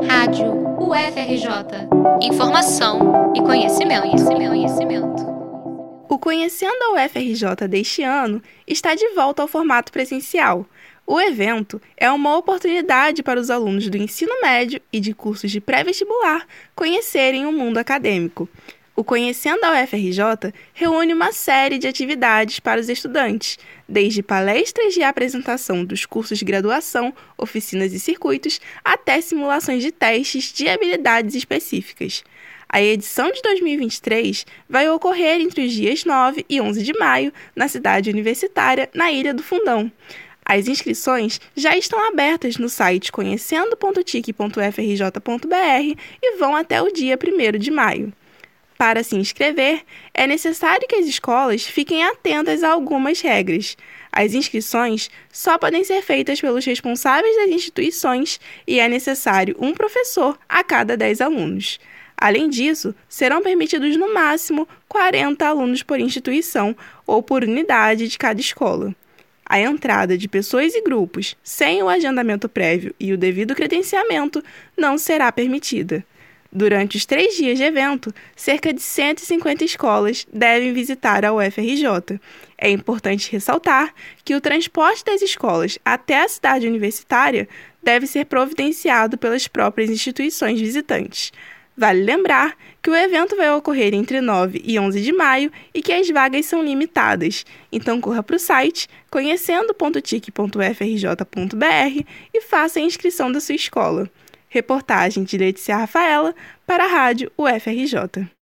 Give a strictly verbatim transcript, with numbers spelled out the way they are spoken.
Rádio U F R J. Informação e conhecimento, conhecimento, conhecimento. O Conhecendo a U F R J deste ano está de volta ao formato presencial. O evento é uma oportunidade para os alunos do ensino médio e de cursos de pré-vestibular conhecerem o mundo acadêmico. O Conhecendo a U F R J reúne uma série de atividades para os estudantes, desde palestras de apresentação dos cursos de graduação, oficinas e circuitos, até simulações de testes de habilidades específicas. A edição de dois mil e vinte e três vai ocorrer entre os dias nove e onze de maio, na cidade universitária, na Ilha do Fundão. As inscrições já estão abertas no site conhecendo ponto tic ponto u f r j ponto b r e vão até o dia primeiro de maio. Para se inscrever, é necessário que as escolas fiquem atentas a algumas regras. As inscrições só podem ser feitas pelos responsáveis das instituições e é necessário um professor a cada dez alunos. Além disso, serão permitidos no máximo quarenta alunos por instituição ou por unidade de cada escola. A entrada de pessoas e grupos sem o agendamento prévio e o devido credenciamento não será permitida. Durante os três dias de evento, cerca de cento e cinquenta escolas devem visitar a U F R J. É importante ressaltar que o transporte das escolas até a cidade universitária deve ser providenciado pelas próprias instituições visitantes. Vale lembrar que o evento vai ocorrer entre nove e onze de maio e que as vagas são limitadas. Então corra para o site conhecendo ponto tic ponto u f r j ponto b r e faça a inscrição da sua escola. Reportagem de Letícia Rafaela para a Rádio U F R J.